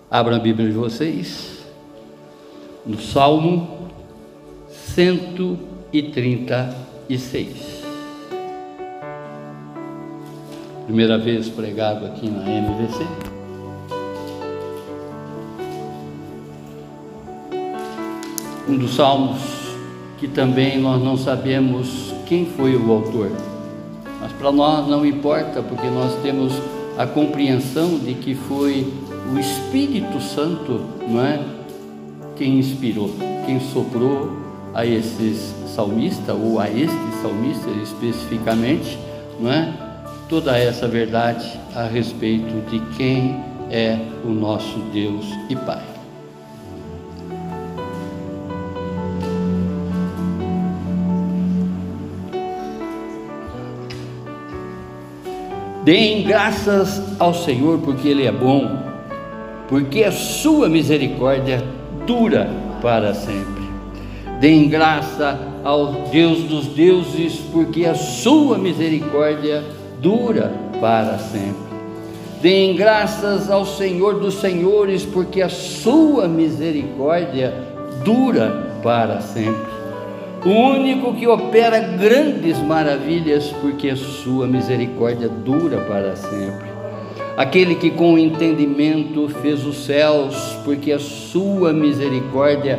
Abram a Bíblia de vocês no Salmo 136. Primeira vez pregado aqui na MVC. Um dos salmos que também nós não sabemos quem foi o autor, mas para nós não importa, porque nós temos a compreensão de que foi o Espírito Santo, não é? Quem inspirou, quem soprou a esses salmistas, ou a este salmista especificamente, não é? Toda essa verdade a respeito de quem é o nosso Deus e Pai. Deem graças ao Senhor, porque Ele é bom, porque a sua misericórdia dura para sempre. Deem graça ao Deus dos deuses, porque a sua misericórdia dura para sempre. Deem graças ao Senhor dos senhores, porque a sua misericórdia dura para sempre. O único que opera grandes maravilhas, porque a sua misericórdia dura para sempre. Aquele que com entendimento fez os céus, porque a sua misericórdia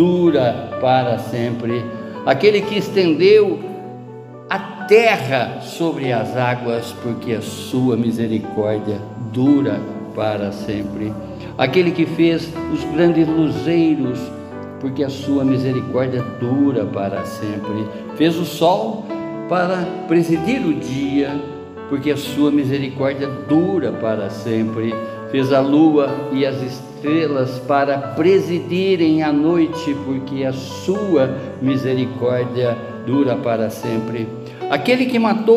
dura para sempre. Aquele que estendeu a terra sobre as águas, porque a sua misericórdia dura para sempre. Aquele que fez os grandes luzeiros, porque a sua misericórdia dura para sempre. Fez o sol para presidir o dia, porque a sua misericórdia dura para sempre. Fez a lua e as estrelas para presidirem a noite, porque a sua misericórdia dura para sempre. Aquele que matou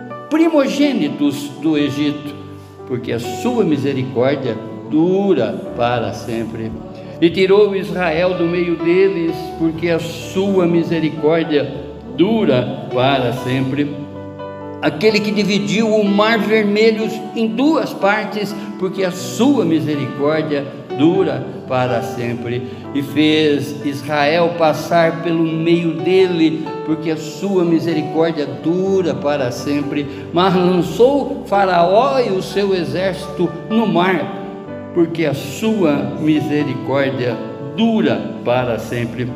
primogênitos do Egito, porque a sua misericórdia dura para sempre. E tirou Israel do meio deles, porque a sua misericórdia dura para sempre. Aquele que dividiu o mar vermelho em duas partes, porque a sua misericórdia dura para sempre. E fez Israel passar pelo meio dele, porque a sua misericórdia dura para sempre. Mas lançou Faraó e o seu exército no mar, porque a sua misericórdia dura para sempre.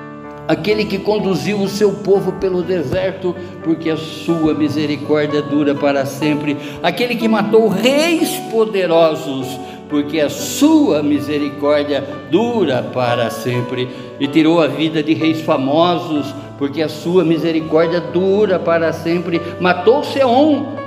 Aquele que conduziu o seu povo pelo deserto, porque a sua misericórdia dura para sempre. Aquele que matou reis poderosos, porque a sua misericórdia dura para sempre. E tirou a vida de reis famosos, porque a sua misericórdia dura para sempre. Matou Seom,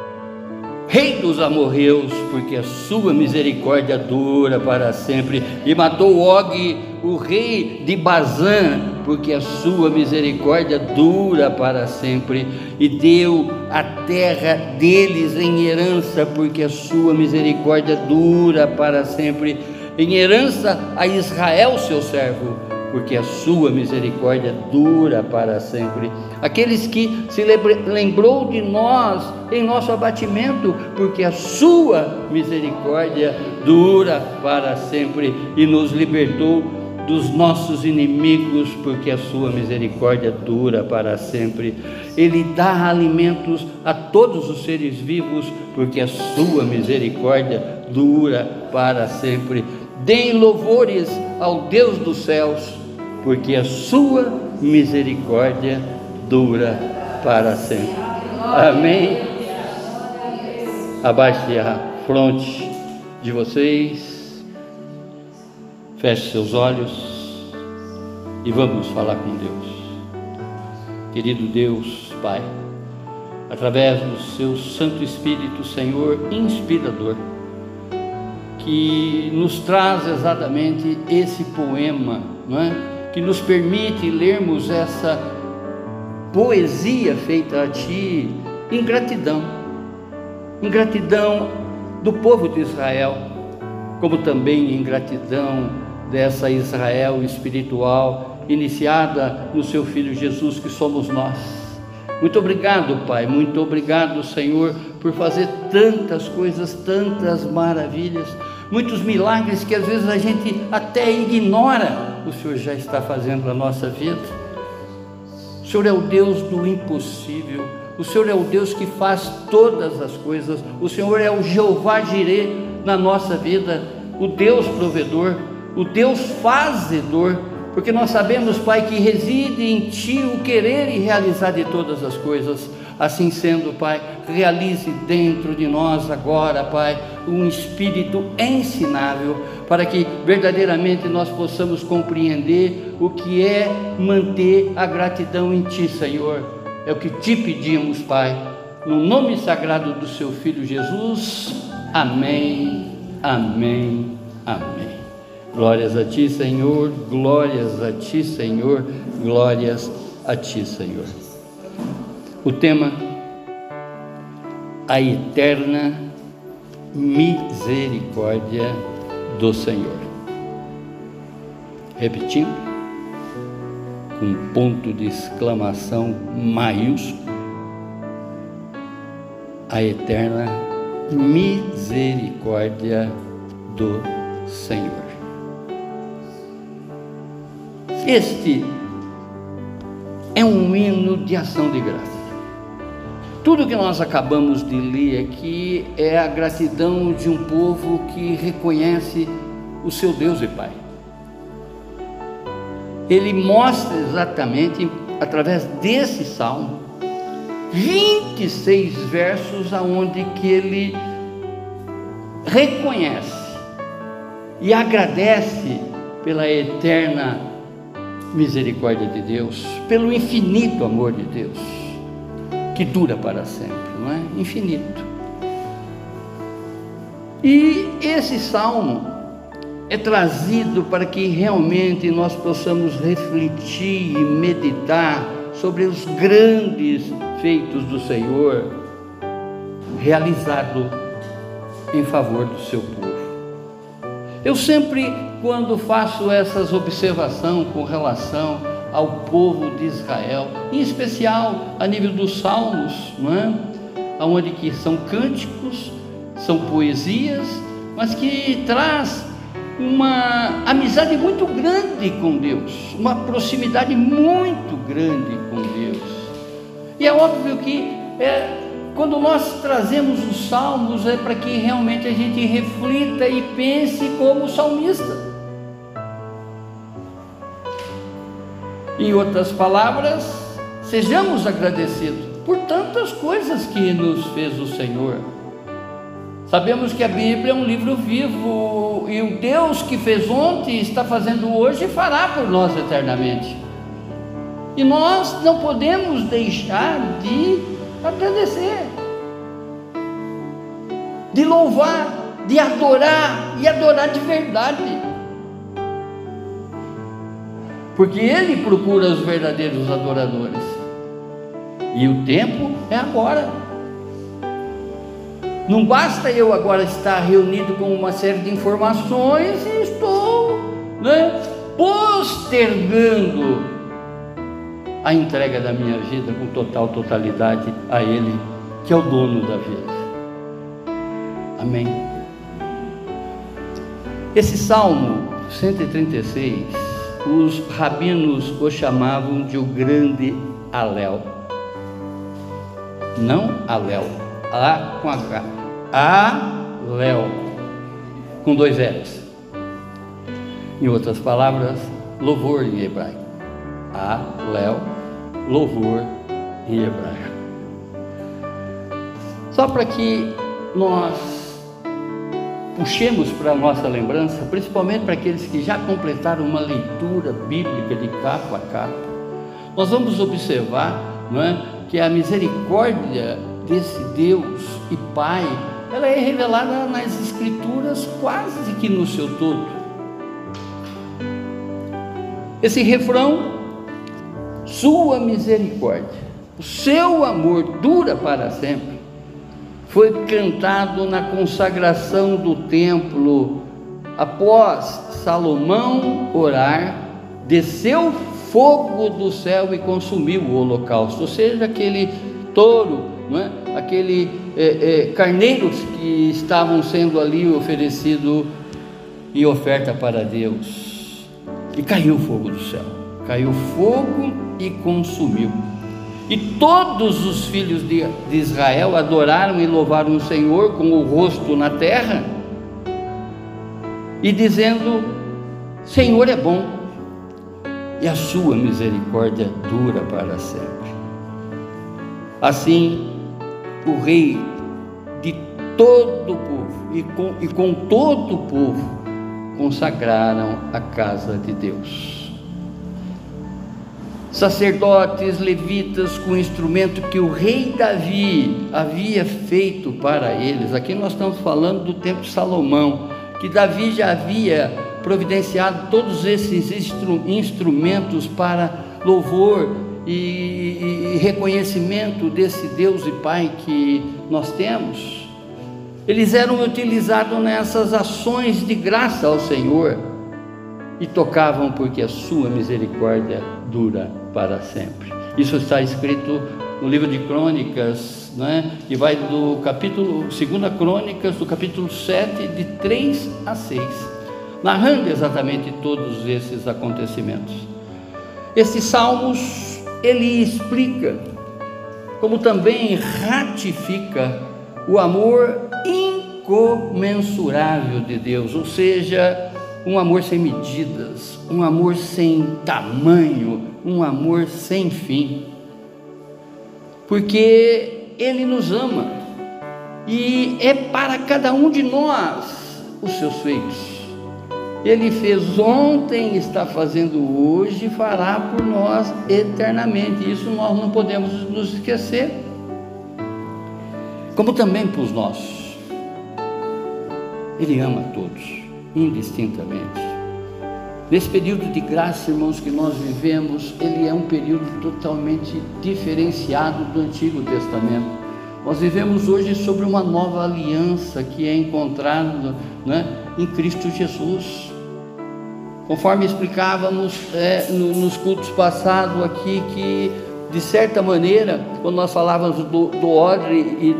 rei dos amorreus, porque a sua misericórdia dura para sempre. E matou Og, o rei de Bazã, porque a sua misericórdia dura para sempre. E deu a terra deles em herança, porque a sua misericórdia dura para sempre. Em herança a Israel, seu servo, porque a sua misericórdia dura para sempre. Aqueles que se lembrou de nós em nosso abatimento, porque a sua misericórdia dura para sempre. E nos libertou dos nossos inimigos, porque a sua misericórdia dura para sempre. Ele dá alimentos a todos os seres vivos, porque a sua misericórdia dura para sempre. Deem louvores ao Deus dos céus, porque a sua misericórdia dura para sempre. Amém. Abaixe a fronte de vocês, feche seus olhos e vamos falar com Deus. Querido Deus, Pai, através do seu Santo Espírito, Senhor inspirador, que nos traz exatamente esse poema, não é? Que nos permite lermos essa poesia feita a Ti em gratidão do povo de Israel, como também em gratidão dessa Israel espiritual iniciada no Seu Filho Jesus, que somos nós. Muito obrigado, Pai, muito obrigado, Senhor, por fazer tantas coisas, tantas maravilhas. muitos milagres que às vezes a gente até ignora, o Senhor já está fazendo na nossa vida. O Senhor é o Deus do impossível, o Senhor é o Deus que faz todas as coisas, o Senhor é o Jeová Jirê na nossa vida, o Deus provedor, o Deus fazedor, porque nós sabemos, Pai, que reside em Ti o querer e realizar de todas as coisas. Assim sendo, Pai, realize dentro de nós agora, Pai, um espírito ensinável, para que verdadeiramente nós possamos compreender o que é manter a gratidão em Ti, Senhor. É o que Te pedimos, Pai, no nome sagrado do Seu Filho Jesus. Amém, amém, amém. Glórias a Ti, Senhor, glórias a Ti, Senhor, glórias a Ti, Senhor. O tema: a eterna misericórdia do Senhor. Repetindo, com ponto de exclamação maiúsculo: a eterna misericórdia do Senhor. Este é um hino de ação de graça. Tudo que nós acabamos de ler aqui é a gratidão de um povo que reconhece o seu Deus e Pai. Ele mostra exatamente, através desse salmo, 26 versos aonde que ele reconhece e agradece pela eterna misericórdia de Deus, pelo infinito amor de Deus, que dura para sempre, não é? Infinito. E esse salmo é trazido para que realmente nós possamos refletir e meditar sobre os grandes feitos do Senhor, realizado em favor do seu povo. Eu sempre, quando faço essas observações com relação ao povo de Israel, em especial a nível dos salmos, não é? Onde que são cânticos, são poesias, mas que traz uma amizade muito grande com Deus, uma proximidade muito grande com Deus. E é óbvio que quando nós trazemos os salmos é para que realmente a gente reflita e pense como o salmista. Em outras palavras, sejamos agradecidos por tantas coisas que nos fez o Senhor. Sabemos que a Bíblia é um livro vivo, e o Deus que fez ontem, está fazendo hoje e fará por nós eternamente. E nós não podemos deixar de agradecer, de louvar, de adorar, e adorar de verdade, porque Ele procura os verdadeiros adoradores, e o tempo é agora. Não basta eu agora estar reunido com uma série de informações e estou postergando a entrega da minha vida com totalidade a Ele, que é o dono da vida. Amém. Esse Salmo 136, os rabinos o chamavam de o grande Alel. Não Alel, A com H, Alel, com 2 L's. Em outras palavras, louvor em hebraico. Alel, louvor em hebraico. Só para que nós puxemos para a nossa lembrança, principalmente para aqueles que já completaram uma leitura bíblica de capa a capa, nós vamos observar, não é, que a misericórdia desse Deus e Pai, ela é revelada nas Escrituras quase que no seu todo. Esse refrão: sua misericórdia, o seu amor dura para sempre, foi cantado na consagração do templo. Após Salomão orar, desceu fogo do céu e consumiu o holocausto, ou seja, aquele touro, não é? Carneiros que estavam sendo ali oferecidos em oferta para Deus, e caiu fogo do céu, caiu fogo e consumiu. E todos os filhos de Israel adoraram e louvaram o Senhor com o rosto na terra, e dizendo: Senhor é bom, e a sua misericórdia dura para sempre. Assim, o rei de todo o povo e com todo o povo consagraram a casa de Deus. Sacerdotes, levitas, com o instrumento que o rei Davi havia feito para eles. Aqui nós estamos falando do tempo de Salomão, que Davi já havia providenciado todos esses instrumentos para louvor e reconhecimento desse Deus e Pai que nós temos. Eles eram utilizados nessas ações de graça ao Senhor e tocavam porque a sua misericórdia dura para sempre. Isso está escrito no livro de Crônicas, que vai do capítulo 2 Crônicas, do capítulo 7, de 3 a 6, narrando exatamente todos esses acontecimentos. Esses salmos, ele explica, como também ratifica o amor incomensurável de Deus, ou seja, um amor sem medidas, um amor sem tamanho, um amor sem fim, porque Ele nos ama e é para cada um de nós os seus feitos. Ele fez ontem, está fazendo hoje e fará por nós eternamente. Isso nós não podemos nos esquecer, como também para os nossos. Ele ama todos, indistintamente. Nesse período de graça, irmãos, que nós vivemos, ele é um período totalmente diferenciado do Antigo Testamento. Nós vivemos hoje sobre uma nova aliança que é encontrada em Cristo Jesus. Conforme explicávamos nos cultos passados aqui, que de certa maneira, quando nós falávamos do odre e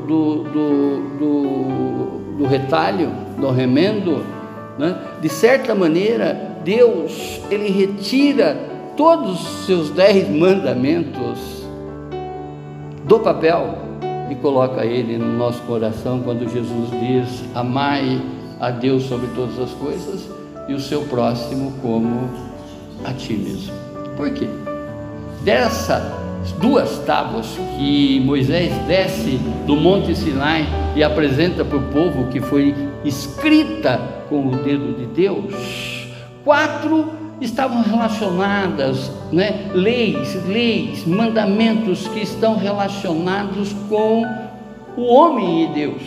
do retalho, do remendo, de certa maneira, Deus, Ele retira todos os seus 10 mandamentos do papel e coloca ele no nosso coração, quando Jesus diz: amai a Deus sobre todas as coisas e o seu próximo como a ti mesmo. Por quê? Dessas 2 tábuas que Moisés desce do Monte Sinai e apresenta para o povo, que foi escrita com o dedo de Deus, 4 estavam relacionadas, leis, mandamentos que estão relacionados com o homem e Deus.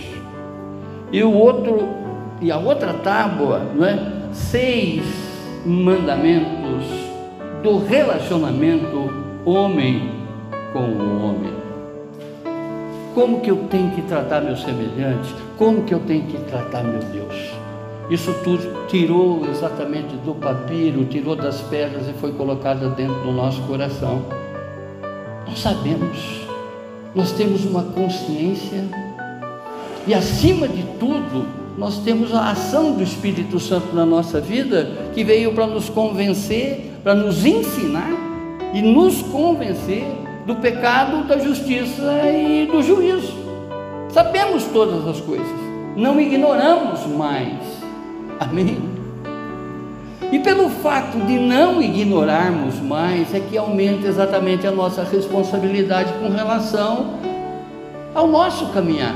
E a outra tábua, 6 mandamentos do relacionamento homem com o homem. Como que eu tenho que tratar meu semelhante? Como que eu tenho que tratar meu Deus? Isso tudo tirou exatamente do papiro, tirou das pedras e foi colocado dentro do nosso coração. Nós sabemos, nós temos uma consciência e, acima de tudo, nós temos a ação do Espírito Santo na nossa vida, que veio para nos convencer, para nos ensinar e nos convencer do pecado, da justiça e do juízo. Sabemos todas as coisas, não ignoramos mais. Amém? E pelo fato de não ignorarmos mais, é que aumenta exatamente a nossa responsabilidade com relação ao nosso caminhar.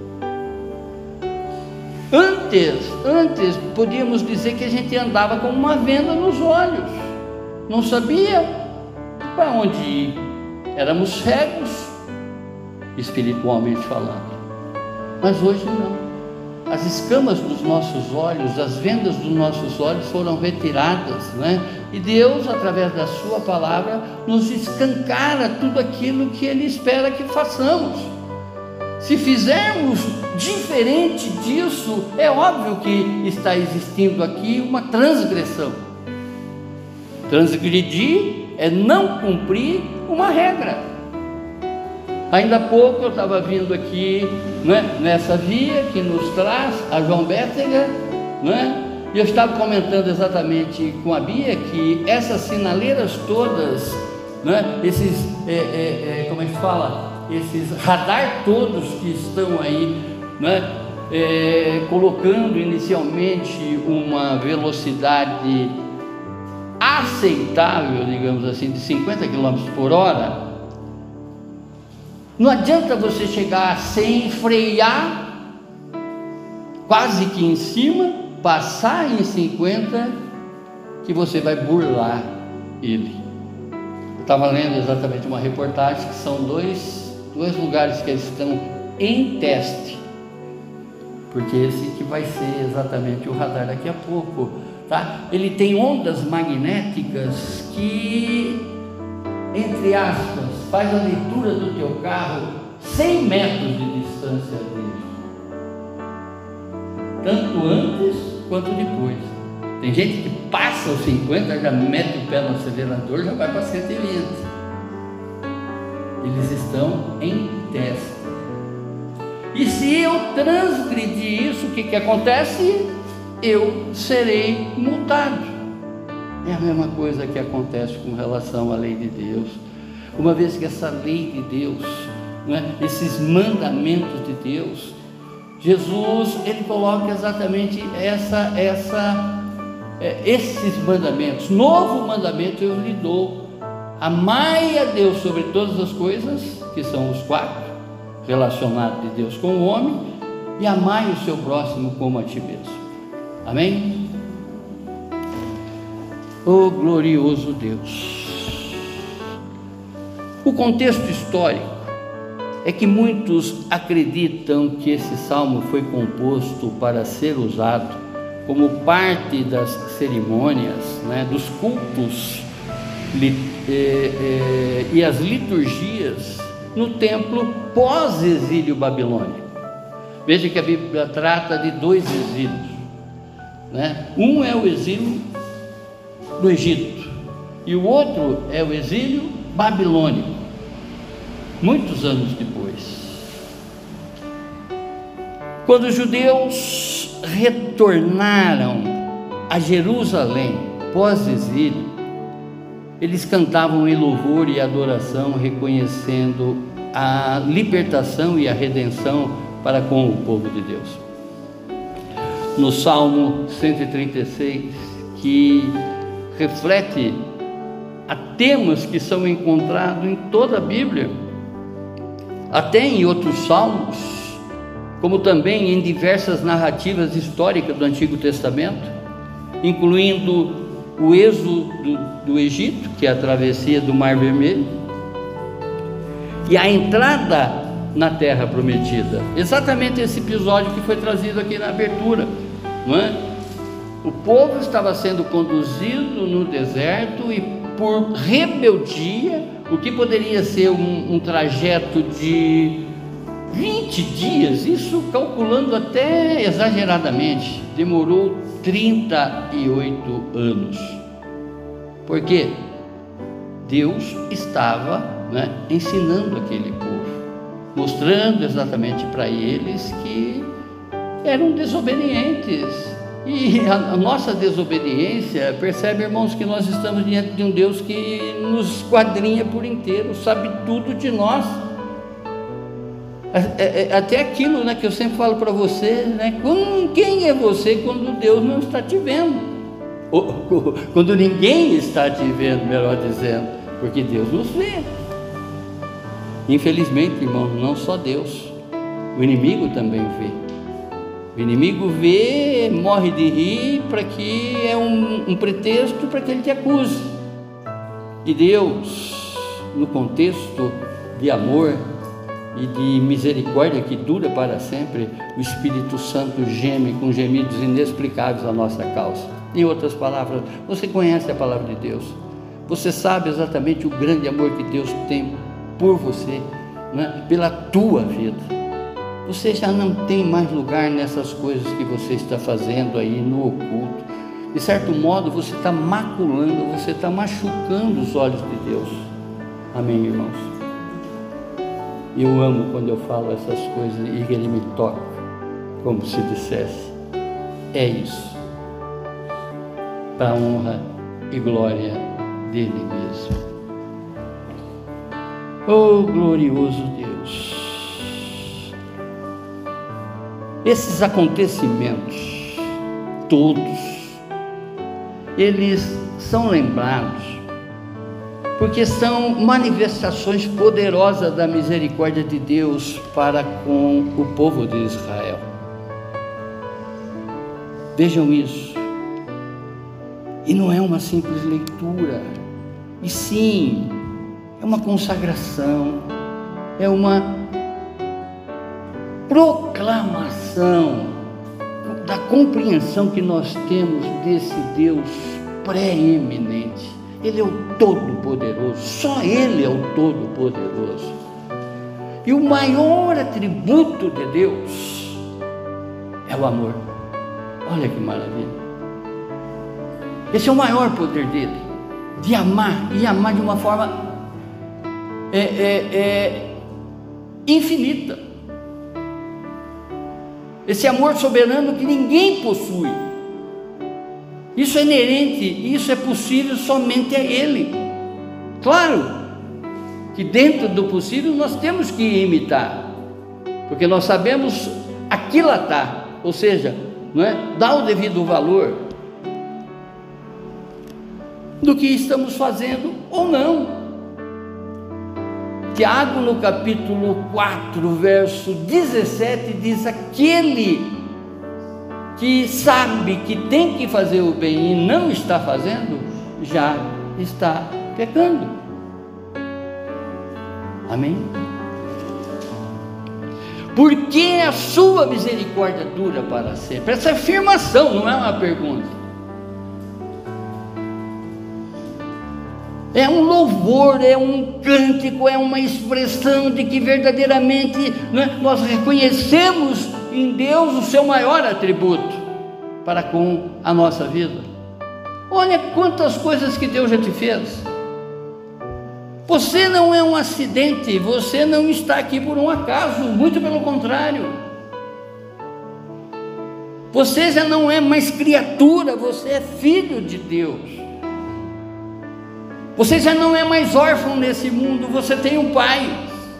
Antes podíamos dizer que a gente andava com uma venda nos olhos, não sabia para onde ir, éramos cegos, espiritualmente falando. Mas hoje não. As escamas dos nossos olhos, as vendas dos nossos olhos foram retiradas, E Deus, através da sua palavra, nos escancara tudo aquilo que Ele espera que façamos. Se fizermos diferente disso, é óbvio que está existindo aqui uma transgressão. Transgredir é não cumprir uma regra. Ainda há pouco eu estava vindo aqui, nessa via que nos traz a João Bétega, E eu estava comentando exatamente com a Bia que essas sinaleiras todas, né, esses, como é que fala? Esses radar todos que estão aí, né, colocando inicialmente uma velocidade aceitável, digamos assim, de 50 km por hora, não adianta você chegar sem frear, quase que em cima, passar em 50, que você vai burlar ele. Eu estava lendo exatamente uma reportagem que são dois lugares que eles estão em teste, porque esse que vai ser exatamente o radar daqui a pouco, tá? Ele tem ondas magnéticas que, entre aspas, faz a leitura do teu carro 100 metros de distância dele, tanto antes quanto depois. Tem gente que passa os 50, já mete o pé no acelerador, já vai para 120. Eles estão em teste. E se eu transgredir isso, o que acontece? Eu serei multado. É a mesma coisa que acontece com relação à lei de Deus. Uma vez que essa lei de Deus, né, esses mandamentos de Deus, Jesus, ele coloca exatamente esses mandamentos. Novo mandamento eu lhe dou: amai a Deus sobre todas as coisas, que são os 4 relacionados de Deus com o homem, e amai o seu próximo como a ti mesmo. Amém? Oh glorioso Deus! O contexto histórico é que muitos acreditam que esse salmo foi composto para ser usado como parte das cerimônias, né, dos cultos e as liturgias no templo pós-exílio babilônico. Veja que a Bíblia trata de 2 exílios, né? Um é o exílio do Egito e o outro é o exílio babilônico, muitos anos depois. Quando os judeus retornaram a Jerusalém pós-exílio, eles cantavam em louvor e adoração, reconhecendo a libertação e a redenção para com o povo de Deus. No Salmo 136, que reflete a temas que são encontrados em toda a Bíblia, até em outros salmos, como também em diversas narrativas históricas do Antigo Testamento, incluindo o êxodo do Egito, que é a travessia do Mar Vermelho, e a entrada na Terra Prometida. Exatamente esse episódio que foi trazido aqui na abertura, não é? O povo estava sendo conduzido no deserto e, por rebeldia, o que poderia ser um trajeto de 20 dias, isso calculando até exageradamente, demorou 38 anos. Por quê? Deus estava, né, ensinando aquele povo, mostrando exatamente para eles que eram desobedientes. E a nossa desobediência, percebe, irmãos, que nós estamos diante de um Deus que nos esquadrinha por inteiro, sabe tudo de nós. Até aquilo, né, que eu sempre falo para você, né, quem é você quando Deus não está te vendo? Ou quando ninguém está te vendo, melhor dizendo, porque Deus nos vê. Infelizmente, irmãos, não só Deus, o inimigo também vê. O inimigo vê, morre de rir, para que é um pretexto para que ele te acuse. E Deus, no contexto de amor e de misericórdia que dura para sempre, o Espírito Santo geme com gemidos inexplicáveis a nossa causa. Em outras palavras, você conhece a palavra de Deus, você sabe exatamente o grande amor que Deus tem por você, né? Pela tua vida. Você já não tem mais lugar nessas coisas que você está fazendo aí no oculto. De certo modo, você está maculando, você está machucando os olhos de Deus. Amém, irmãos? Eu amo quando eu falo essas coisas e Ele me toca, como se dissesse: é isso. para a honra e glória dele mesmo. Oh, glorioso Deus! Esses acontecimentos todos, eles são lembrados porque são manifestações poderosas da misericórdia de Deus para com o povo de Israel. Vejam isso. E não é uma simples leitura, e sim, é uma consagração, é uma proclamação da compreensão que nós temos desse Deus preeminente. Ele é o Todo-Poderoso, só Ele é o Todo-Poderoso. E o maior atributo de Deus é o amor. Olha que maravilha! Esse é o maior poder dele, de amar, e amar de uma forma infinita. Esse amor soberano que ninguém possui. Isso é inerente, isso é possível somente a Ele. Claro que dentro do possível nós temos que imitar, porque nós sabemos aquilatar, ou seja, não é? Dar o devido valor do que estamos fazendo ou não. Tiago, no capítulo 4, verso 17, diz: aquele que sabe que tem que fazer o bem e não está fazendo, já está pecando. Amém? Porque a sua misericórdia dura para sempre. Essa afirmação não é uma pergunta. É um louvor, é um cântico, é uma expressão de que verdadeiramente, né, nós reconhecemos em Deus o seu maior atributo para com a nossa vida. Olha quantas coisas que Deus já te fez. Você não é um acidente, você não está aqui por um acaso, muito pelo contrário. Você já não é mais criatura, você é filho de Deus. Você já não é mais órfão nesse mundo, você tem um pai.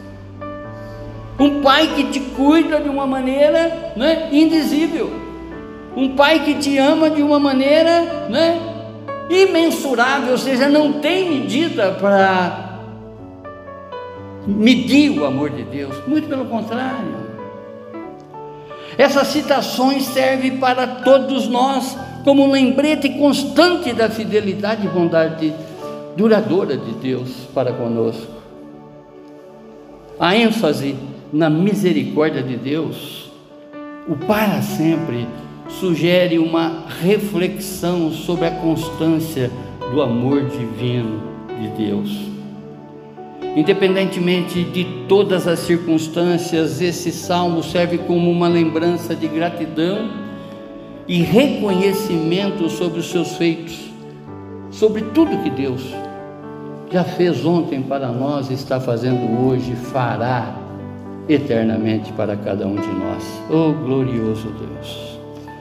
Um pai que te cuida de uma maneira, né, indizível. Um pai que te ama de uma maneira, né, imensurável, ou seja, não tem medida para medir o amor de Deus, muito pelo contrário. Essas citações servem para todos nós como um lembrete constante da fidelidade e bondade duradoura de Deus para conosco. A ênfase na misericórdia de Deus, o para sempre, sugere uma reflexão sobre a constância do amor divino de Deus. Independentemente de todas as circunstâncias, esse salmo serve como uma lembrança de gratidão e reconhecimento sobre os seus feitos, sobre tudo que Deus já fez ontem para nós, está fazendo hoje, fará eternamente para cada um de nós. Oh, glorioso Deus!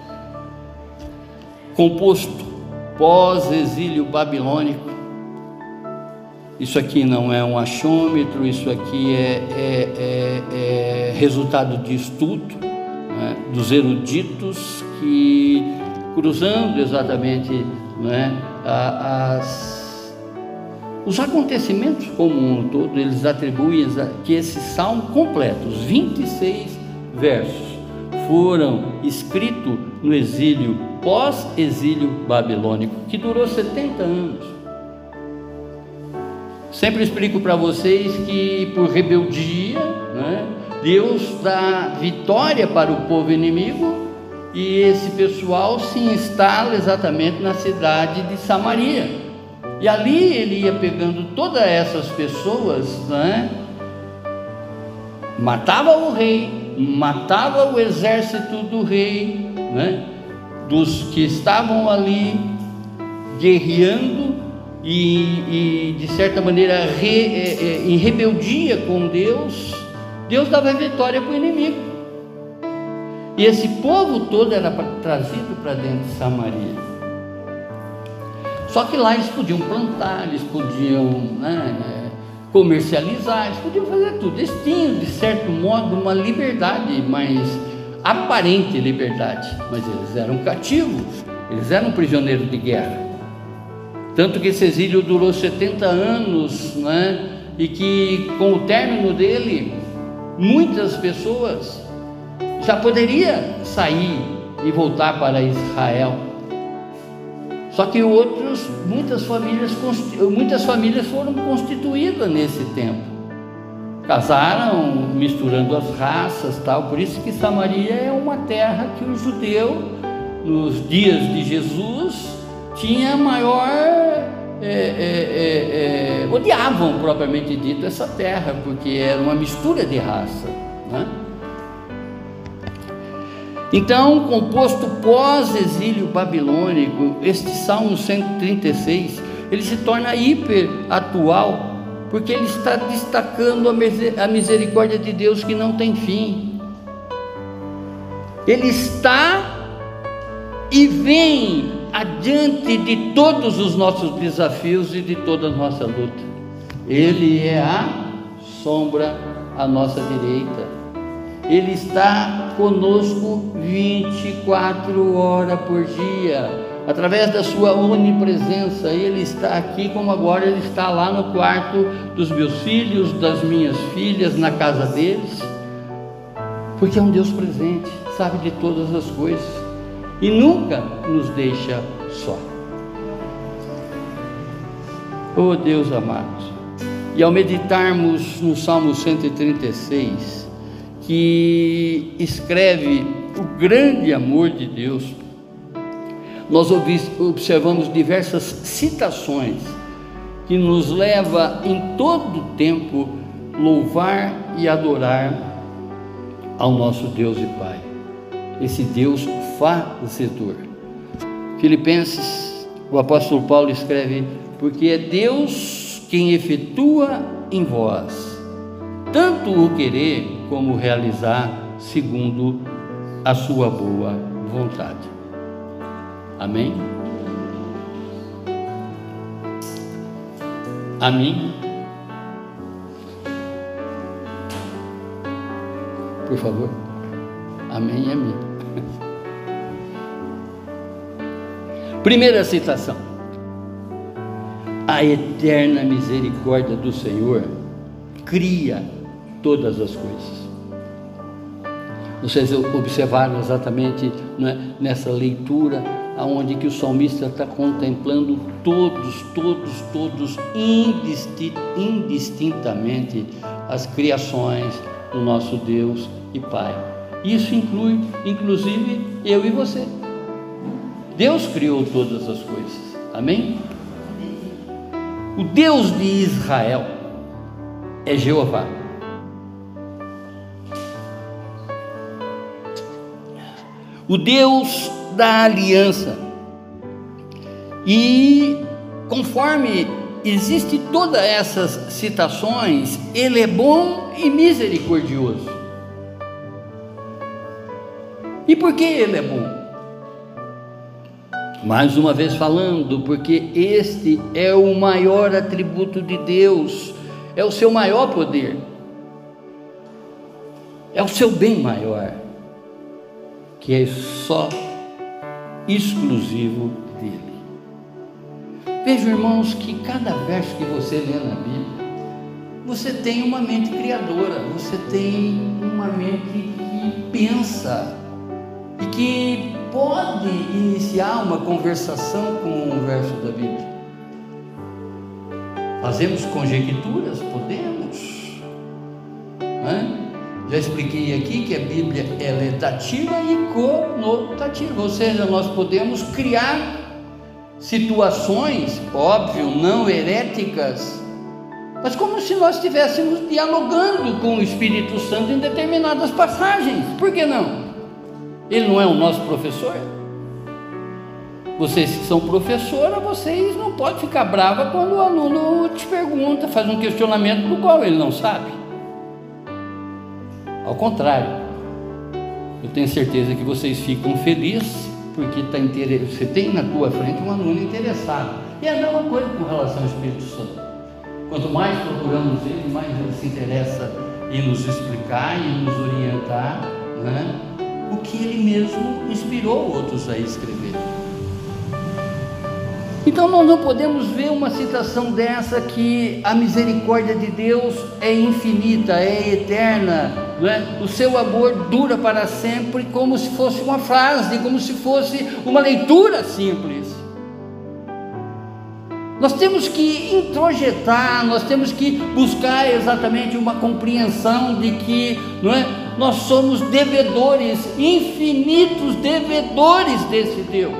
Composto pós-exílio babilônico, isso aqui não é um achômetro, isso aqui é resultado de estudo, né, dos eruditos que, cruzando exatamente, né, os acontecimentos como um todo, eles atribuem que esse salmo completo, os 26 versos, foram escritos no exílio, pós-exílio babilônico, que durou 70 anos. Sempre explico para vocês que por rebeldia, né, Deus dá vitória para o povo inimigo, e esse pessoal se instala exatamente na cidade de Samaria. E ali ele ia pegando todas essas pessoas, né, matava o rei, matava o exército do rei, né, dos que estavam ali guerreando e de certa maneira em rebeldia com Deus. Deus dava vitória para o inimigo, e esse povo todo era trazido para dentro de Samaria. Só que lá eles podiam plantar, eles podiam, comercializar, eles podiam fazer tudo. Eles tinham, de certo modo, uma liberdade, mas aparente liberdade, mas eles eram cativos, eles eram prisioneiros de guerra. Tanto que esse exílio durou 70 anos, e que com o término dele, muitas pessoas já poderiam sair e voltar para Israel. Só que muitas famílias foram constituídas nesse tempo. Casaram, misturando as raças, tal. Por isso que Samaria é uma terra que o judeu, nos dias de Jesus, tinha maior... odiavam, propriamente dito, essa terra, porque era uma mistura de raça, Então, composto pós-exílio babilônico, este Salmo 136, ele se torna hiper atual, porque ele está destacando a misericórdia de Deus que não tem fim. Ele está e vem adiante de todos os nossos desafios e de toda a nossa luta. Ele é a sombra à nossa direita. Ele está conosco 24 horas por dia, através da sua onipresença. Ele está aqui, como agora ele está lá no quarto dos meus filhos, das minhas filhas, na casa deles, porque é um Deus presente, sabe de todas as coisas e nunca nos deixa só. Oh Deus amado, e ao meditarmos no Salmo 136, que escreve o grande amor de Deus, nós observamos diversas citações que nos leva em todo o tempo louvar e adorar ao nosso Deus e Pai, esse Deus fazedor. Filipenses, o apóstolo Paulo escreve: porque é Deus quem efetua em vós tanto o querer como o realizar segundo a sua boa vontade. Amém? Amém? Por favor. Amém, amém. Primeira citação: a eterna misericórdia do Senhor cria todas as coisas. Vocês observaram exatamente, nessa leitura, aonde que o salmista está contemplando todos, indistintamente, as criações do nosso Deus e Pai. Isso inclui, inclusive, eu e você. Deus criou todas as coisas. Amém? O Deus de Israel é Jeová. O Deus da aliança. E conforme existe todas essas citações, Ele é bom e misericordioso. E por que Ele é bom? Mais uma vez falando, porque este é o maior atributo de Deus, é o seu maior poder, é o seu bem maior, que é só exclusivo dele. Vejam, irmãos, que cada verso que você lê na Bíblia, você tem uma mente criadora, você tem uma mente que pensa e que pode iniciar uma conversação com um verso da Bíblia. Fazemos conjecturas? Podemos, Já expliquei aqui que a Bíblia ela é dativa e conotativa, ou seja, nós podemos criar situações, óbvio, não heréticas, mas como se nós estivéssemos dialogando com o Espírito Santo em determinadas passagens. Por que não? Ele não é o nosso professor? Vocês que são professora, vocês não podem ficar brava quando o aluno te pergunta, faz um questionamento do qual ele não sabe. Ao contrário, eu tenho certeza que vocês ficam felizes porque você tem na tua frente um aluno interessado. E é a mesma coisa com relação ao Espírito Santo. Quanto mais procuramos Ele, mais Ele se interessa em nos explicar e nos orientar, né, o que Ele mesmo inspirou outros a escrever. Então nós não podemos ver uma citação dessa, que a misericórdia de Deus é infinita, é eterna, não é? O seu amor dura para sempre, como se fosse uma frase, como se fosse uma leitura simples. Nós temos que introjetar, nós temos que buscar exatamente uma compreensão de que, não é, nós somos devedores, infinitos devedores desse Deus.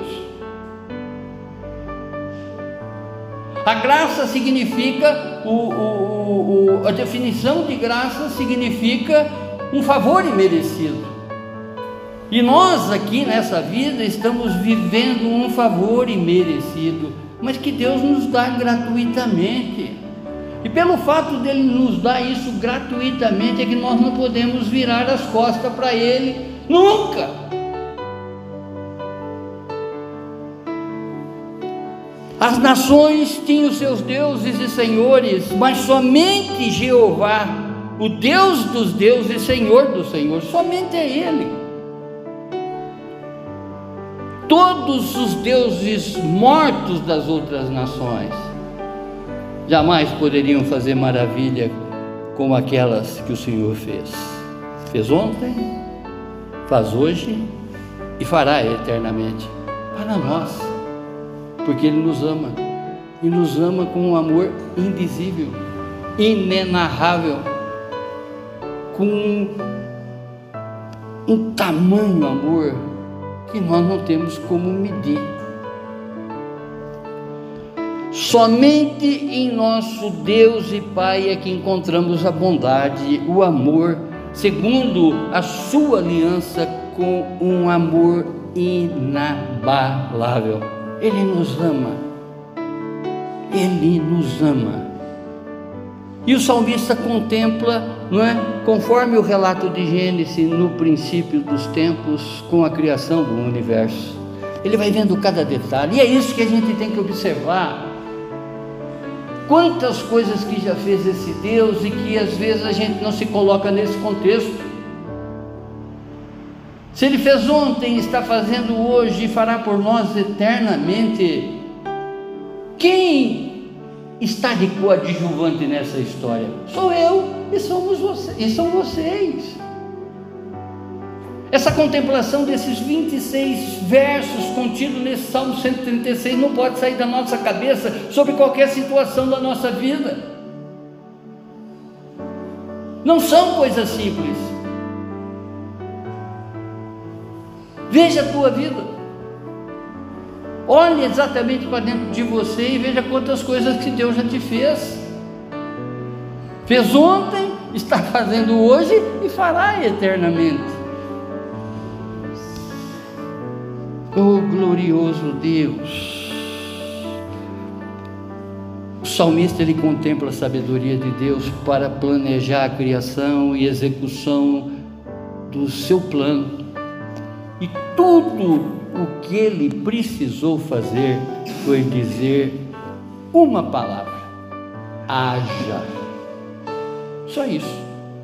A graça significa, a definição de graça significa um favor imerecido. E nós aqui nessa vida estamos vivendo um favor imerecido, mas que Deus nos dá gratuitamente. E pelo fato dele nos dar isso gratuitamente, é que nós não podemos virar as costas para Ele, nunca. As nações tinham seus deuses e senhores, mas somente Jeová, o Deus dos deuses, Senhor dos senhores, somente é Ele. Todos os deuses mortos das outras nações jamais poderiam fazer maravilha como aquelas que o Senhor fez. Fez ontem, faz hoje e fará eternamente para nós, porque Ele nos ama, e nos ama com um amor indizível, inenarrável, com um tamanho amor que nós não temos como medir. Somente em nosso Deus e Pai é que encontramos a bondade, o amor, segundo a sua aliança, com um amor inabalável. Ele nos ama, Ele nos ama. E o salmista contempla, não é, conforme o relato de Gênesis, no princípio dos tempos, com a criação do universo. Ele vai vendo cada detalhe, e é isso que a gente tem que observar. Quantas coisas que já fez esse Deus e que às vezes a gente não se coloca nesse contexto. Se Ele fez ontem, está fazendo hoje e fará por nós eternamente, quem está de coadjuvante nessa história? Sou eu e somos vocês, e são vocês. Essa contemplação desses 26 versos contidos nesse Salmo 136 não pode sair da nossa cabeça sobre qualquer situação da nossa vida. Não são coisas simples. Veja a tua vida, olhe exatamente para dentro de você e veja quantas coisas que Deus já te fez. Fez ontem, está fazendo hoje e fará eternamente. Oh glorioso Deus! O salmista, ele contempla a sabedoria de Deus para planejar a criação e execução do seu plano. E tudo o que ele precisou fazer foi dizer uma palavra: haja. Só isso.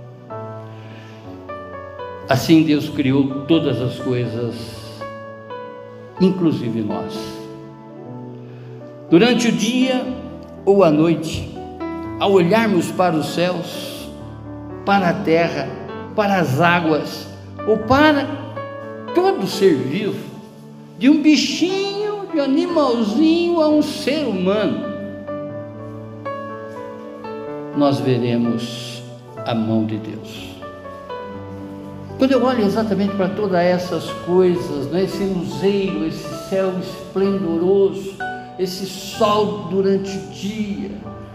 Assim Deus criou todas as coisas, inclusive nós. Durante o dia ou a noite, ao olharmos para os céus, para a terra, para as águas, ou para todo ser vivo, de um bichinho, de um animalzinho a um ser humano, nós veremos a mão de Deus. Quando eu olho exatamente para todas essas coisas, né, esse luzeiro, esse céu esplendoroso, esse sol durante o dia,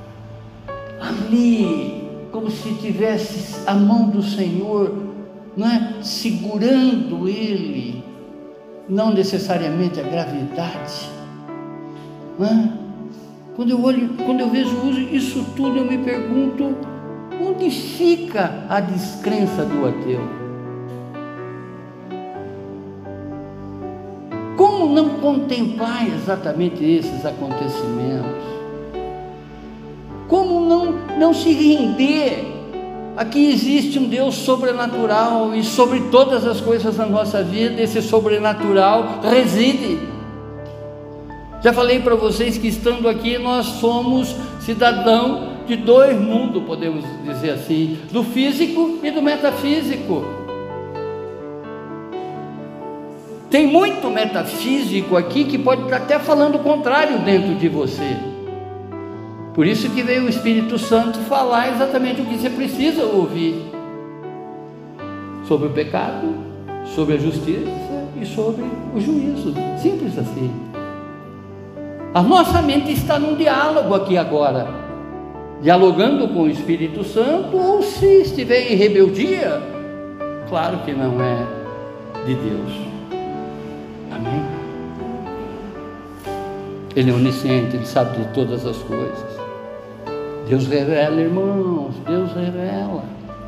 ali, como se tivesse a mão do Senhor, não é, segurando ele, não necessariamente a gravidade, não é? Quando eu vejo isso tudo, eu me pergunto: onde fica a descrença do ateu? Como não contemplar exatamente esses acontecimentos? Como não se render a que existe um Deus sobrenatural, e sobre todas as coisas da nossa vida, esse sobrenatural reside. Já falei para vocês que, estando aqui, nós somos cidadão de dois mundos, podemos dizer assim, do físico e do metafísico. Tem muito metafísico aqui que pode estar até falando o contrário dentro de você. Por isso que veio o Espírito Santo falar exatamente o que você precisa ouvir sobre o pecado, sobre a justiça e sobre o juízo. Simples assim. A nossa mente está num diálogo aqui agora, dialogando com o Espírito Santo, ou se estiver em rebeldia, claro que não é de Deus. Amém? Ele é onisciente, Ele sabe de todas as coisas. Deus revela, irmãos, Deus revela.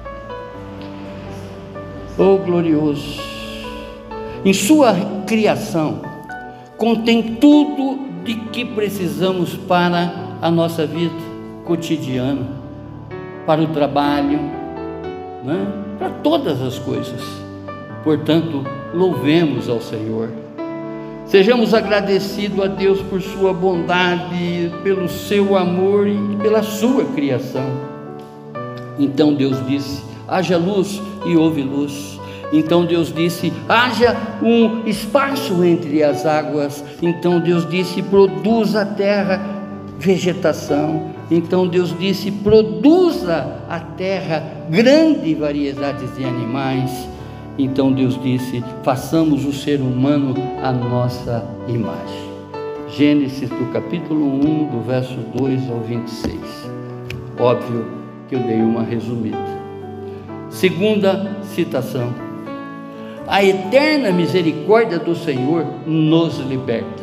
Oh, glorioso! Em sua criação contém tudo de que precisamos para a nossa vida cotidiana, para o trabalho, né? Para todas as coisas. Portanto, louvemos ao Senhor. Sejamos agradecidos a Deus por sua bondade, pelo seu amor e pela sua criação. Então Deus disse: haja luz, e houve luz. Então Deus disse: haja um espaço entre as águas. Então Deus disse: produza a terra vegetação. Então Deus disse: produza a terra grande variedade de animais. Então Deus disse: façamos o ser humano à nossa imagem. Gênesis do capítulo 1, do verso 2 ao 26. Óbvio que eu dei uma resumida. Segunda citação: a eterna misericórdia do Senhor nos liberta.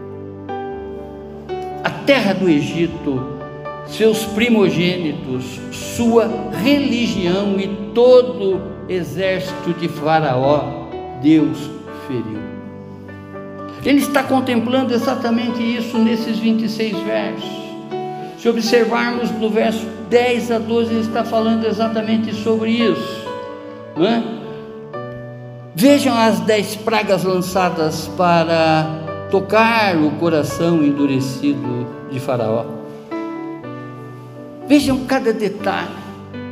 A terra do Egito, seus primogênitos, sua religião e todo exército de Faraó, Deus feriu. Ele está contemplando exatamente isso nesses 26 versos. Se observarmos no verso 10 a 12, ele está falando exatamente sobre isso, não é? Vejam as 10 pragas lançadas para tocar o coração endurecido de Faraó. Vejam cada detalhe.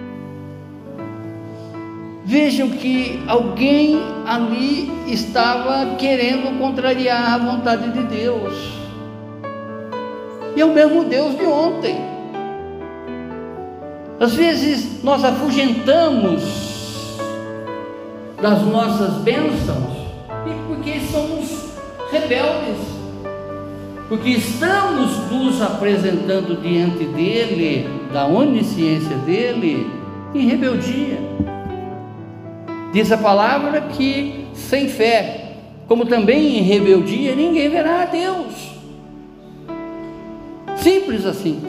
Vejam que alguém ali estava querendo contrariar a vontade de Deus. E é o mesmo Deus de ontem. Às vezes nós afugentamos das nossas bênçãos porque somos rebeldes, porque estamos nos apresentando diante dele, da onisciência dele, em rebeldia. Diz a palavra que sem fé, como também em rebeldia, ninguém verá a Deus. Simples assim.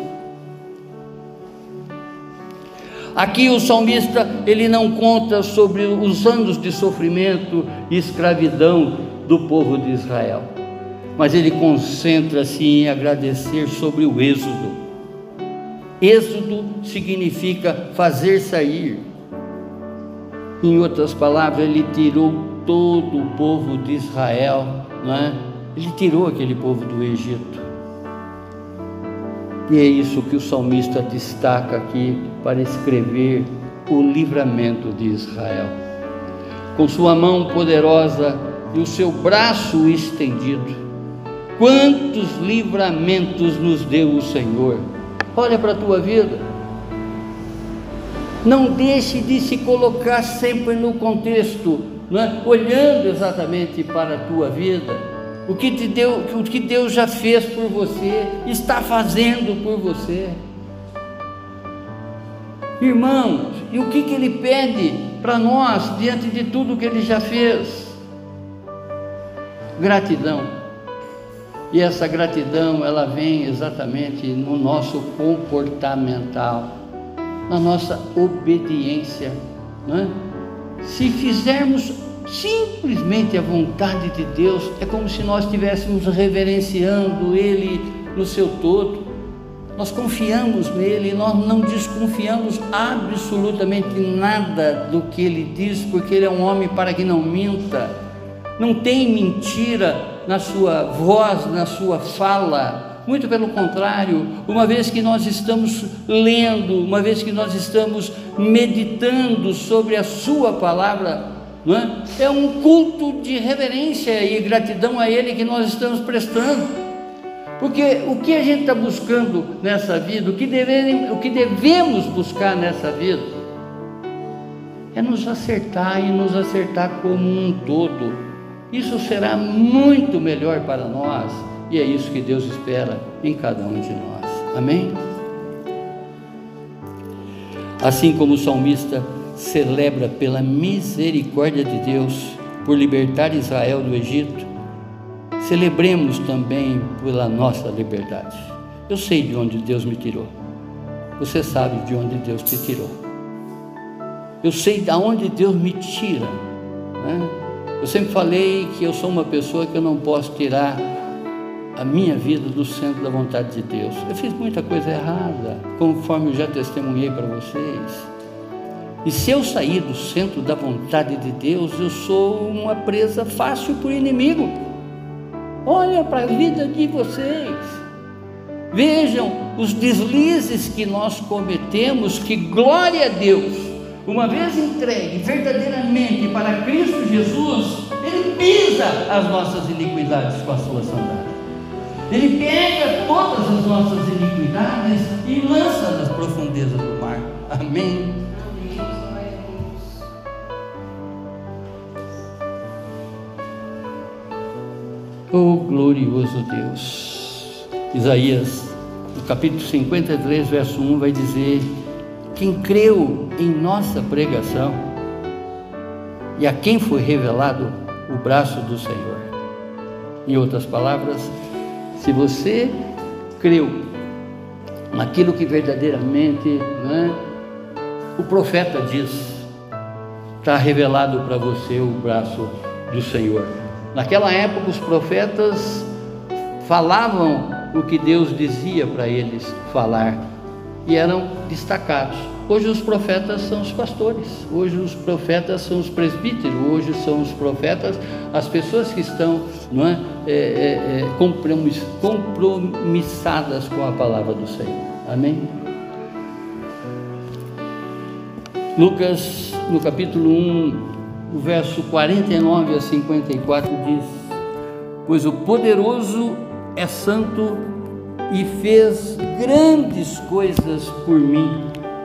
Aqui o salmista, ele não conta sobre os anos de sofrimento e escravidão do povo de Israel, mas ele concentra-se em agradecer sobre o êxodo. Êxodo significa fazer sair. Em outras palavras, ele tirou todo o povo de Israel, não é? Ele tirou aquele povo do Egito. E é isso que o salmista destaca aqui para escrever o livramento de Israel. Com sua mão poderosa e o seu braço estendido, quantos livramentos nos deu o Senhor. Olha para a tua vida. Não deixe de se colocar sempre no contexto, não é? Olhando exatamente para a tua vida, o que Deus já fez por você, está fazendo por você. Irmãos, e o que Ele pede para nós diante de tudo que Ele já fez? Gratidão. E essa gratidão, ela vem exatamente no nosso comportamental, na nossa obediência, não é? Se fizermos simplesmente a vontade de Deus, é como se nós estivéssemos reverenciando Ele no seu todo. Nós confiamos nele, nós não desconfiamos absolutamente nada do que Ele diz, porque Ele é um homem para que não minta, não tem mentira na sua voz, na sua fala. Muito pelo contrário, uma vez que nós estamos lendo, uma vez que nós estamos meditando sobre a sua palavra, não é? É um culto de reverência e gratidão a Ele que nós estamos prestando. Porque o que a gente está buscando nessa vida, o que devemos buscar nessa vida, é nos acertar e nos acertar como um todo. Isso será muito melhor para nós, e é isso que Deus espera em cada um de nós. Amém? Assim como o salmista celebra pela misericórdia de Deus por libertar Israel do Egito, celebremos também pela nossa liberdade. Eu sei de onde Deus me tirou. Você sabe de onde Deus te tirou. Eu sei de onde Deus me tira, né? Eu sempre falei que eu sou uma pessoa que eu não posso tirar a minha vida do centro da vontade de Deus. Eu fiz muita coisa errada, conforme eu já testemunhei para vocês. E se eu sair do centro da vontade de Deus, eu sou uma presa fácil para o inimigo. Olha para a vida de vocês, vejam os deslizes que nós cometemos, que glória a Deus, uma vez entregue verdadeiramente para Cristo Jesus, Ele pisa as nossas iniquidades com a sua sandália. Ele pega todas as nossas iniquidades e lança nas profundezas do mar. Amém? Oh glorioso Deus. Isaías, no capítulo 53, verso 1, vai dizer: quem creu em nossa pregação e a quem foi revelado o braço do Senhor. Em outras palavras, se você creu naquilo que verdadeiramente, né, o profeta diz, está revelado para você o braço do Senhor. Naquela época os profetas falavam o que Deus dizia para eles falar e eram destacados. Hoje os profetas são os pastores, hoje os profetas são os presbíteros, hoje são os profetas as pessoas que estão, não é, compromissadas com a palavra do Senhor. Amém? Lucas, no capítulo 1, o verso 49 a 54 diz: pois o poderoso é santo e fez grandes coisas por mim,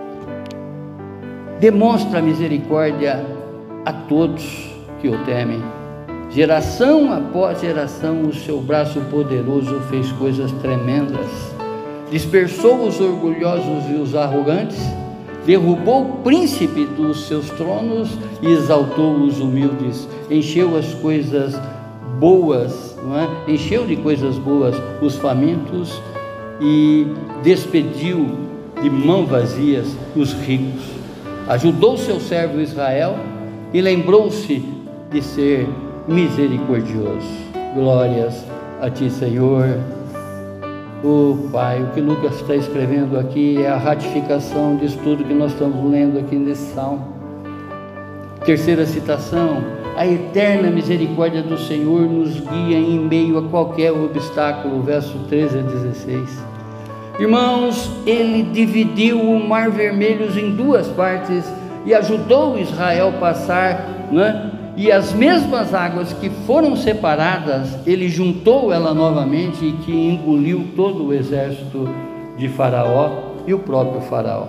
demonstra misericórdia a todos que o temem, geração após geração o seu braço poderoso fez coisas tremendas, dispersou os orgulhosos e os arrogantes, derrubou o príncipe dos seus tronos e exaltou os humildes, encheu as coisas boas, não é? Encheu de coisas boas os famintos e despediu de mãos vazias os ricos, ajudou seu servo Israel e lembrou-se de ser misericordioso. Glórias a ti, Senhor. Oh Pai, o que Lucas está escrevendo aqui é a ratificação disso tudo que nós estamos lendo aqui nesse salmo. Terceira citação: a eterna misericórdia do Senhor nos guia em meio a qualquer obstáculo, verso 13 a 16. Irmãos, Ele dividiu o Mar Vermelho em duas partes e ajudou Israel a passar, né? E as mesmas águas que foram separadas, Ele juntou ela novamente e que engoliu todo o exército de Faraó e o próprio Faraó.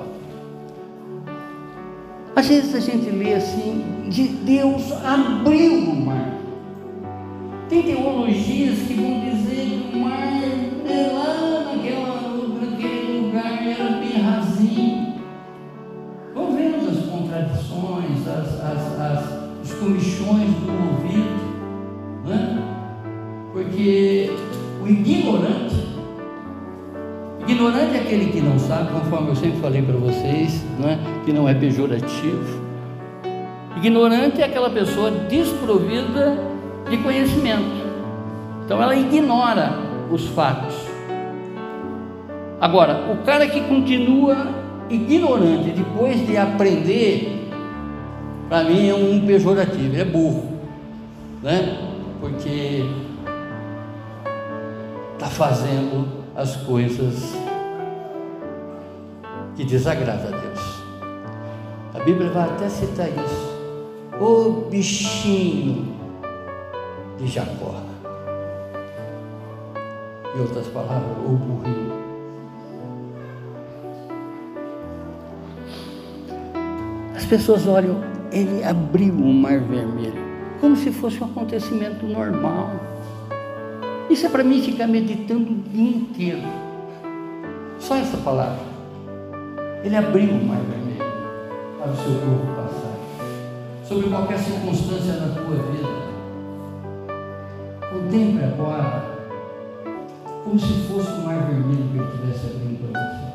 Às vezes a gente lê assim, Deus abriu o mar. Tem teologias que vão dizer que o mar lá naquele lugar era bem rasinho. Vamos ver as contradições, os comichões do ouvido, né? Porque o ignorante é aquele que não sabe, conforme eu sempre falei para vocês, não é? Que não é pejorativo. Ignorante é aquela pessoa desprovida de conhecimento. Então ela ignora os fatos. Agora, o cara que continua ignorante depois de aprender, para mim é um pejorativo, ele é burro, né? Porque está fazendo as coisas que desagradam a Deus. A Bíblia vai até citar isso. O bichinho de Jacó. Em outras palavras, o burrinho. As pessoas olham, ele abriu o Mar Vermelho, como se fosse um acontecimento normal. Isso é para mim ficar meditando o dia inteiro. Só essa palavra. Ele abriu o Mar Vermelho para o seu povo passar. Sobre qualquer circunstância na tua vida, contemple agora como se fosse o Mar Vermelho que ele estivesse abrindo para você.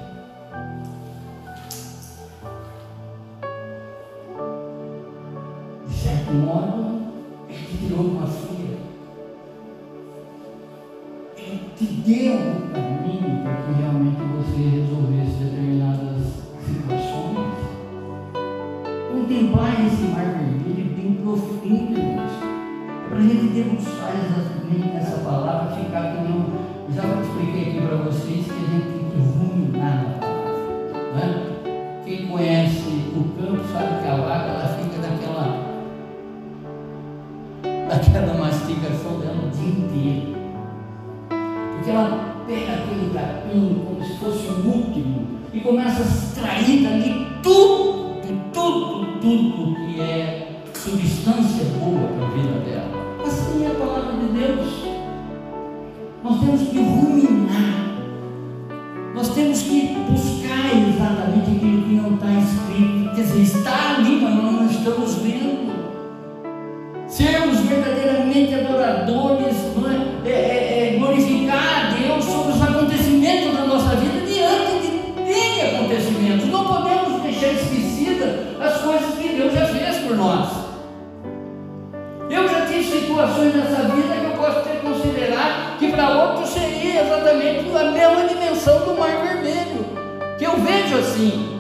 De certo modo, ele te tirou uma fria. Ele te deu um caminho para que realmente você resolvesse determinadas situações. Contemplar esse Mar Vermelho bem profundo, irmãos. Para a gente degustar exatamente essa palavra, ficar com um. Já expliquei aqui para vocês que a gente tem que ruminar na palavra, né? Quem conhece o campo sabe que a vaca ela fica naquela mastigação dela o dia inteiro, porque ela pega aquele capim como se fosse um último e começa a extrair dali tudo que é substância boa para a vida dela. Assim é a palavra de Deus. Nós temos que ruminar, nós temos que buscar exatamente aquilo que não está escrito, quer dizer, está ali, mas nós não estamos vendo. Sermos verdadeiramente adoradores, glorificar a Deus sobre os acontecimentos da nossa vida diante de N acontecimentos. Não podemos deixar esquecidas as coisas que Deus já fez por nós. Eu já tive situações nessa vida que eu posso ter considerar que para outros seria exatamente a mesma dimensão do Mar Vermelho, que eu vejo assim.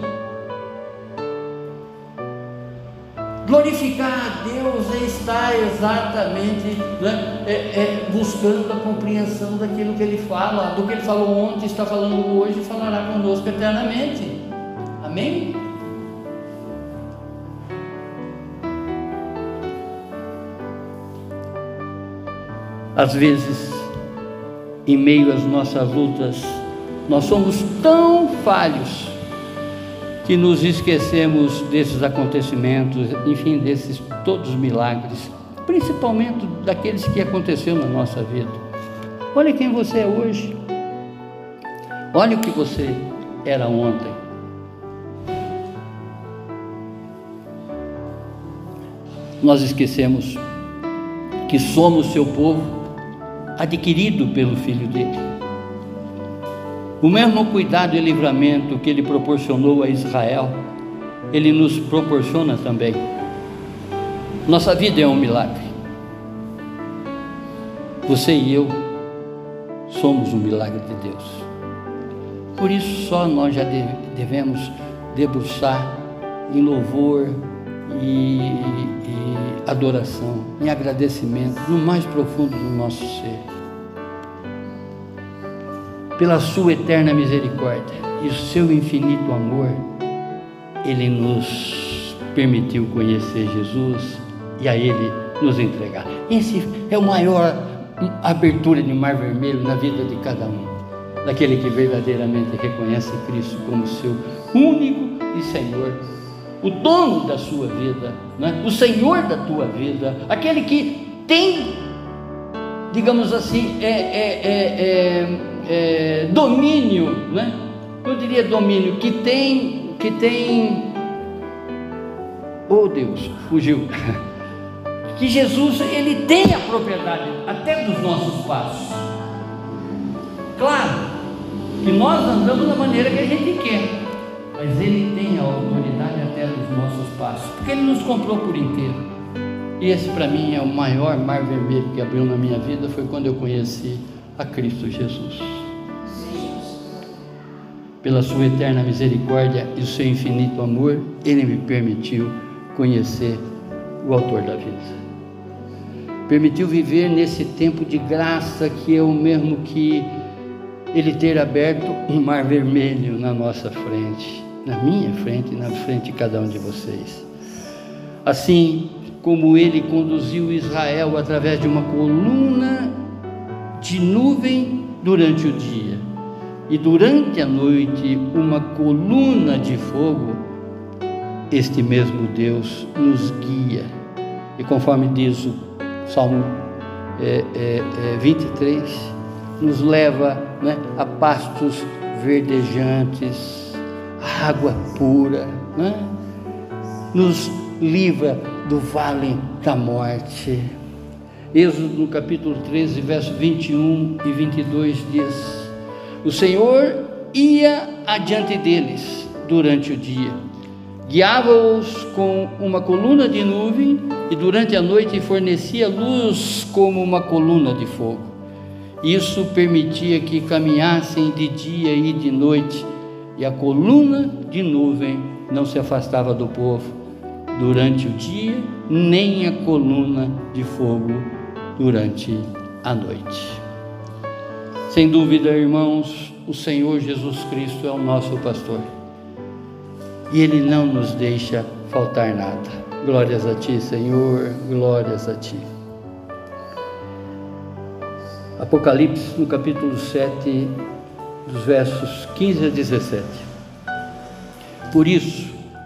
Glorificar a Deus é estar exatamente buscando a compreensão daquilo que Ele fala, do que Ele falou ontem, está falando hoje e falará conosco eternamente. Amém? Às vezes, em meio às nossas lutas, nós somos tão falhos que nos esquecemos desses acontecimentos, enfim, desses todos os milagres, principalmente daqueles que aconteceram na nossa vida. Olha quem você é hoje, olha o que você era ontem. Nós esquecemos que somos seu povo, adquirido pelo Filho dele. O mesmo cuidado e livramento que Ele proporcionou a Israel, Ele nos proporciona também. Nossa vida é um milagre. Você e eu somos um milagre de Deus. Por isso só nós já devemos debruçar em louvor e adoração, em agradecimento, no mais profundo do nosso ser. Pela sua eterna misericórdia e o seu infinito amor, Ele nos permitiu conhecer Jesus e a Ele nos entregar. Esse é o maior abertura de Mar Vermelho na vida de cada um, daquele que verdadeiramente reconhece Cristo como seu único e Senhor, o dono da sua vida, né? O Senhor da tua vida, aquele que tem, digamos assim, domínio, né? Eu diria domínio, que tem, oh Deus, fugiu, que Jesus, Ele tem a propriedade até dos nossos passos. Claro que nós andamos da maneira que a gente quer, mas Ele tem a autoridade até dos nossos passos, porque Ele nos comprou por inteiro. E esse para mim é o maior mar vermelho que abriu na minha vida, foi quando eu conheci a Cristo Jesus. Pela sua eterna misericórdia e o seu infinito amor, Ele me permitiu conhecer o autor da vida. Permitiu viver nesse tempo de graça, que é o mesmo que Ele ter aberto um mar vermelho na nossa frente, na minha frente e na frente de cada um de vocês. Assim como Ele conduziu Israel através de uma coluna de nuvem durante o dia, e durante a noite uma coluna de fogo, este mesmo Deus nos guia. E conforme diz o Salmo 23, nos leva, né, a pastos verdejantes, água pura, né? Nos livra do vale da morte. Êxodo no capítulo 13, verso 21 e 22 diz: o Senhor ia adiante deles durante o dia, guiava-os com uma coluna de nuvem, e durante a noite fornecia luz como uma coluna de fogo. Isso permitia que caminhassem de dia e de noite, e a coluna de nuvem não se afastava do povo durante o dia, nem a coluna de fogo durante a noite. Sem dúvida, irmãos, o Senhor Jesus Cristo é o nosso pastor, e Ele não nos deixa faltar nada. Glórias a Ti, Senhor, glórias a Ti. Apocalipse, no capítulo 7, dos versos 15 a 17. Por isso,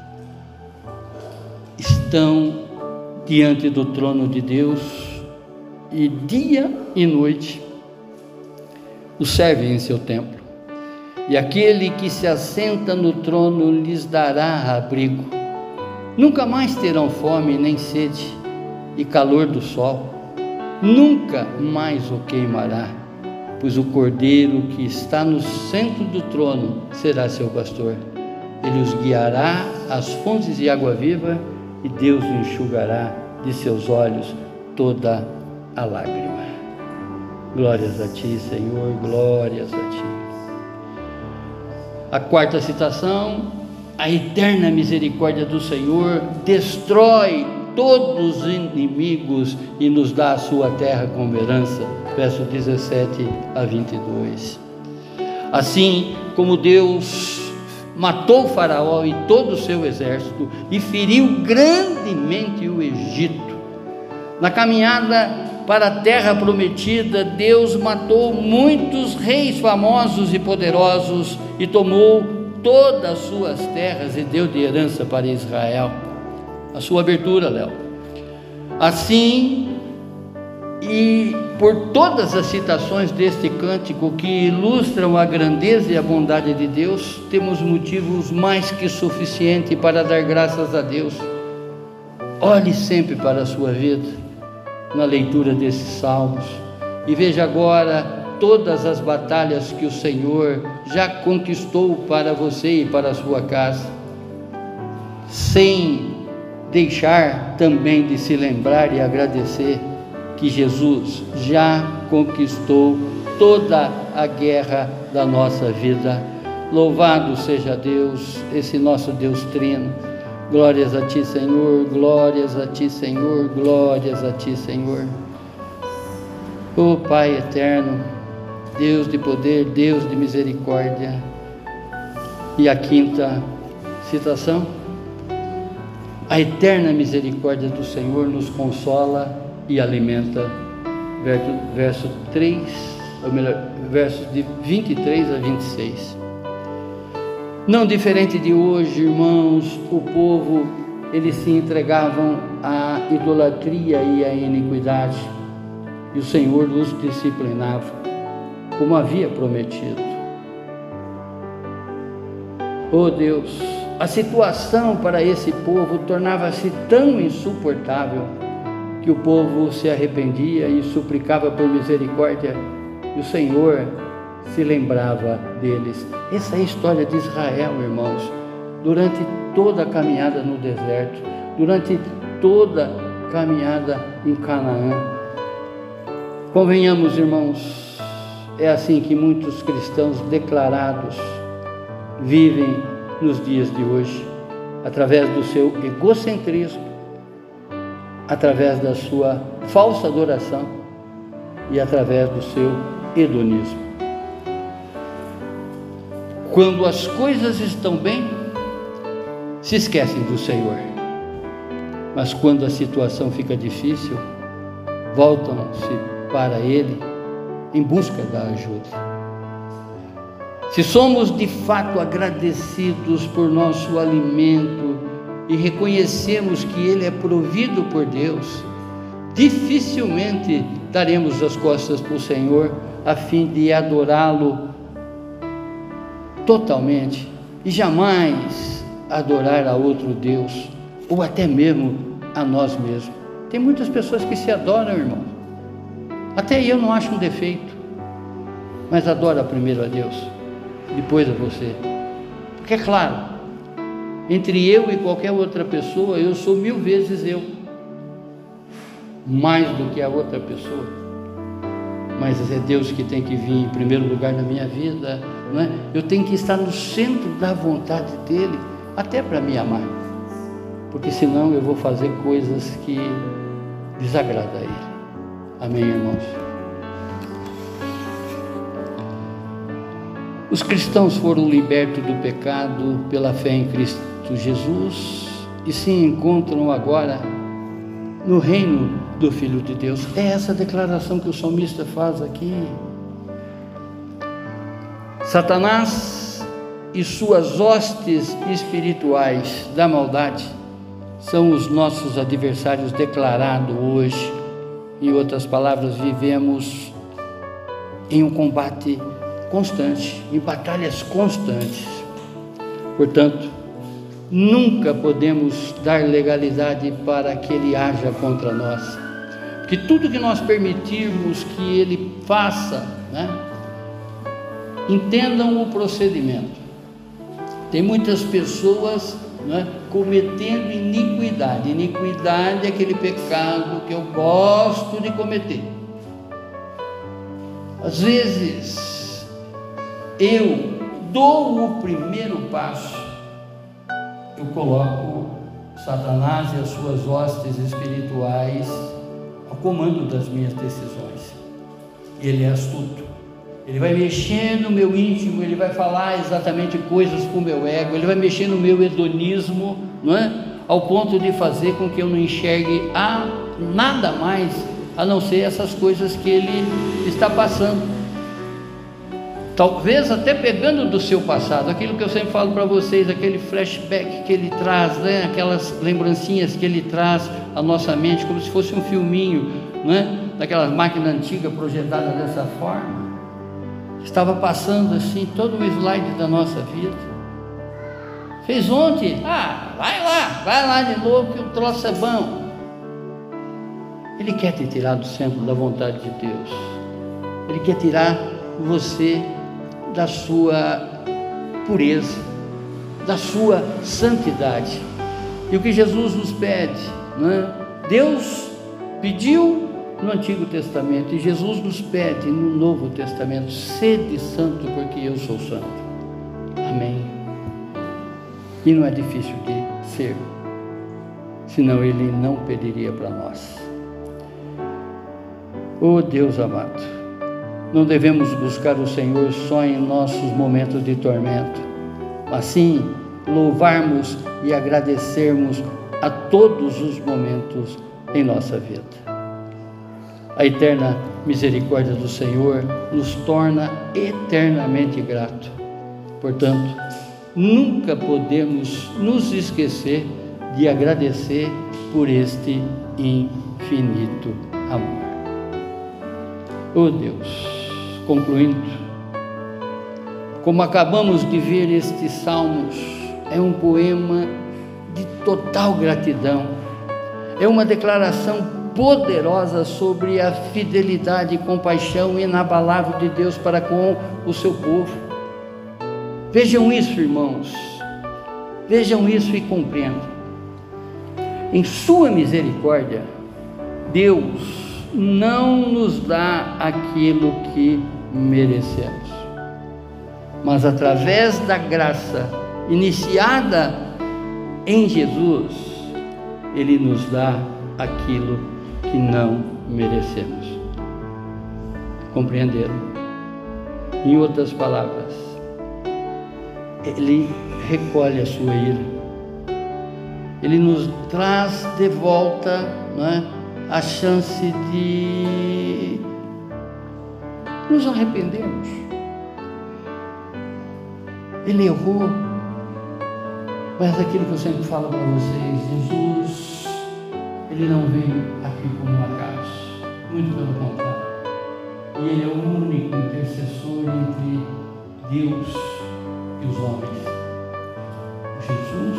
estão diante do trono de Deus, e dia e noite o servem em seu templo, e aquele que se assenta no trono lhes dará abrigo. Nunca mais terão fome nem sede, e calor do sol nunca mais o queimará, pois o Cordeiro que está no centro do trono será seu pastor. Ele os guiará às fontes de água viva, e Deus enxugará de seus olhos toda a lágrima. Glórias a Ti, Senhor, glórias a Ti. A quarta citação: a eterna misericórdia do Senhor destrói todos os inimigos e nos dá a sua terra como herança. Verso 17 a 22. Assim como Deus matou Faraó e todo o seu exército e feriu grandemente o Egito, na caminhada para a terra prometida, Deus matou muitos reis famosos e poderosos e tomou todas as suas terras e deu de herança para Israel. A sua abertura, Léo. Assim, e por todas as citações deste cântico que ilustram a grandeza e a bondade de Deus, temos motivos mais que suficientes para dar graças a Deus. Olhe sempre para a sua vida na leitura desses salmos, e veja agora todas as batalhas que o Senhor já conquistou para você e para a sua casa, sem deixar também de se lembrar e agradecer que Jesus já conquistou toda a guerra da nossa vida. Louvado seja Deus, esse nosso Deus trino. Glórias a Ti, Senhor, glórias a Ti, Senhor, glórias a Ti, Senhor. Ó Pai eterno, Deus de poder, Deus de misericórdia. E a quinta citação: a eterna misericórdia do Senhor nos consola e alimenta. Verso 3, ou melhor, versos de 23 a 26. Não diferente de hoje, irmãos, o povo, eles se entregavam à idolatria e à iniquidade, e o Senhor os disciplinava, como havia prometido. Oh Deus, a situação para esse povo tornava-se tão insuportável, que o povo se arrependia e suplicava por misericórdia, e o Senhor se lembrava deles. Essa é a história de Israel, irmãos, durante toda a caminhada no deserto, durante toda a caminhada em Canaã. Convenhamos, irmãos, é assim que muitos cristãos declarados vivem nos dias de hoje, através do seu egocentrismo, através da sua falsa adoração e através do seu hedonismo. Quando as coisas estão bem, se esquecem do Senhor, mas quando a situação fica difícil, voltam-se para Ele em busca da ajuda. Se somos de fato agradecidos por nosso alimento e reconhecemos que ele é provido por Deus, dificilmente daremos as costas para o Senhor a fim de adorá-lo totalmente e jamais adorar a outro Deus ou até mesmo a nós mesmos. Tem muitas pessoas que se adoram, irmão. Até eu não acho um defeito, mas adora primeiro a Deus, depois a você. Porque é claro, entre eu e qualquer outra pessoa, eu sou 1000 vezes eu, mais do que a outra pessoa. Mas é Deus que tem que vir em primeiro lugar na minha vida, não é? Eu tenho que estar no centro da vontade dEle, até para me amar, porque senão eu vou fazer coisas que desagradam a Ele. Amém, irmãos? Os cristãos foram libertos do pecado pela fé em Cristo Jesus e se encontram agora no reino do Filho de Deus. É essa declaração que o salmista faz aqui. Satanás e suas hostes espirituais da maldade são os nossos adversários declarados hoje. Em outras palavras, vivemos em um combate constante, em batalhas constantes. Portanto, nunca podemos dar legalidade para que ele haja contra nós, porque tudo que nós permitirmos que ele faça, né? Entendam o procedimento. Tem muitas pessoas, né, cometendo iniquidade. Iniquidade é aquele pecado que eu gosto de cometer. Às vezes eu dou o primeiro passo, eu coloco Satanás e as suas hostes espirituais ao comando das minhas decisões. Ele é astuto, ele vai mexer no meu íntimo, ele vai falar exatamente coisas para o meu ego, ele vai mexer no meu hedonismo, não é? Ao ponto de fazer com que eu não enxergue nada mais a não ser essas coisas que ele está passando. Talvez até pegando do seu passado, aquilo que eu sempre falo para vocês, aquele flashback que ele traz, né? Aquelas lembrancinhas que ele traz à nossa mente, como se fosse um filminho, né? Daquelas máquinas antigas projetadas dessa forma. Estava passando assim todo o slide da nossa vida. Fez ontem, vai lá de novo que o troço é bom. Ele quer te tirar do centro da vontade de Deus. Ele quer tirar você da sua pureza, da sua santidade. E o que Jesus nos pede, né? Deus pediu no Antigo Testamento e Jesus nos pede no Novo Testamento: sede santo porque eu sou santo. Amém. E não é difícil de ser, senão Ele não pediria para nós. Oh Deus amado, não devemos buscar o Senhor só em nossos momentos de tormento, mas sim louvarmos e agradecermos a todos os momentos em nossa vida. A eterna misericórdia do Senhor nos torna eternamente gratos. Portanto, nunca podemos nos esquecer de agradecer por este infinito amor. Oh Deus, concluindo, como acabamos de ver, estes salmos é um poema de total gratidão, é uma declaração poderosa sobre a fidelidade e compaixão inabalável de Deus para com o seu povo. Vejam isso, irmãos, Vejam isso e compreendam. Em sua misericórdia, Deus não nos dá aquilo que merecemos, mas através da graça iniciada em Jesus, Ele nos dá aquilo que não merecemos. Compreenderam? Em outras palavras, Ele recolhe a sua ira, Ele nos traz de volta, não é, a chance de nos arrependermos. Ele errou, mas aquilo que eu sempre falo para vocês, Jesus, Ele não veio aqui como um acaso, muito pelo contrário, e Ele é o único intercessor entre Deus e os homens. Jesus,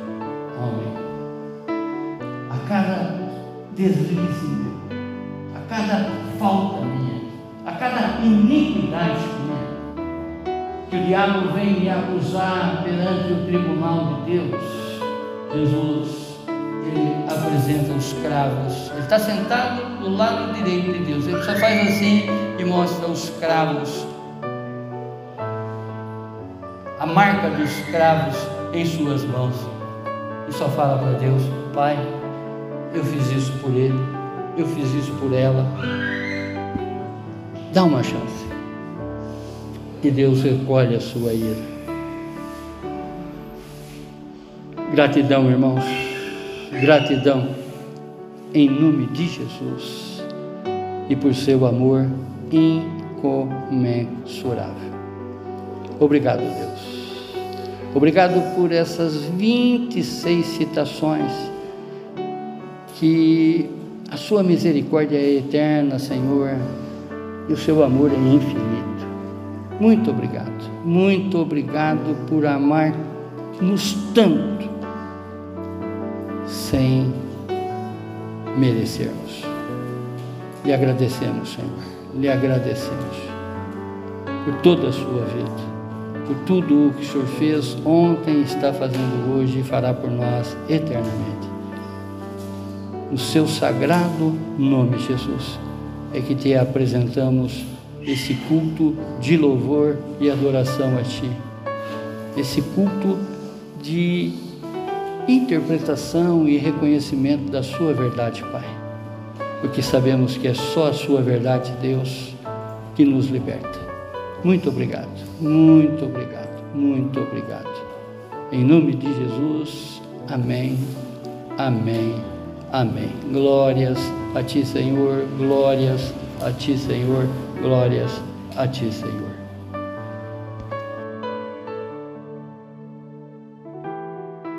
homem, a cada deslize meu, a cada falta minha, a cada iniquidade minha, que o diabo vem me acusar perante o tribunal de Deus, Jesus, Ele apresenta os cravos. Ele está sentado do lado direito de Deus, Ele só faz assim e mostra os cravos, a marca dos cravos em suas mãos, e só fala para Deus: Pai, eu fiz isso por ele, eu fiz isso por ela, dá uma chance. E Deus recolhe a sua ira. Gratidão, irmãos, gratidão em nome de Jesus e por seu amor incomensurável. Obrigado, Deus. Obrigado por essas 26 citações, que a sua misericórdia é eterna, Senhor, e o seu amor é infinito. Muito obrigado por amar-nos tanto, sem merecermos. Lhe agradecemos, Senhor, lhe agradecemos por toda a sua vida, por tudo o que o Senhor fez ontem, está fazendo hoje e fará por nós eternamente. No seu sagrado nome, Jesus, é que te apresentamos esse culto de louvor e adoração a Ti, esse culto de interpretação e reconhecimento da Sua verdade, Pai, porque sabemos que é só a Sua verdade, Deus, que nos liberta. Muito obrigado, muito obrigado, muito obrigado. Em nome de Jesus, amém, amém, amém. Glórias a Ti, Senhor, glórias a Ti, Senhor, glórias a Ti, Senhor.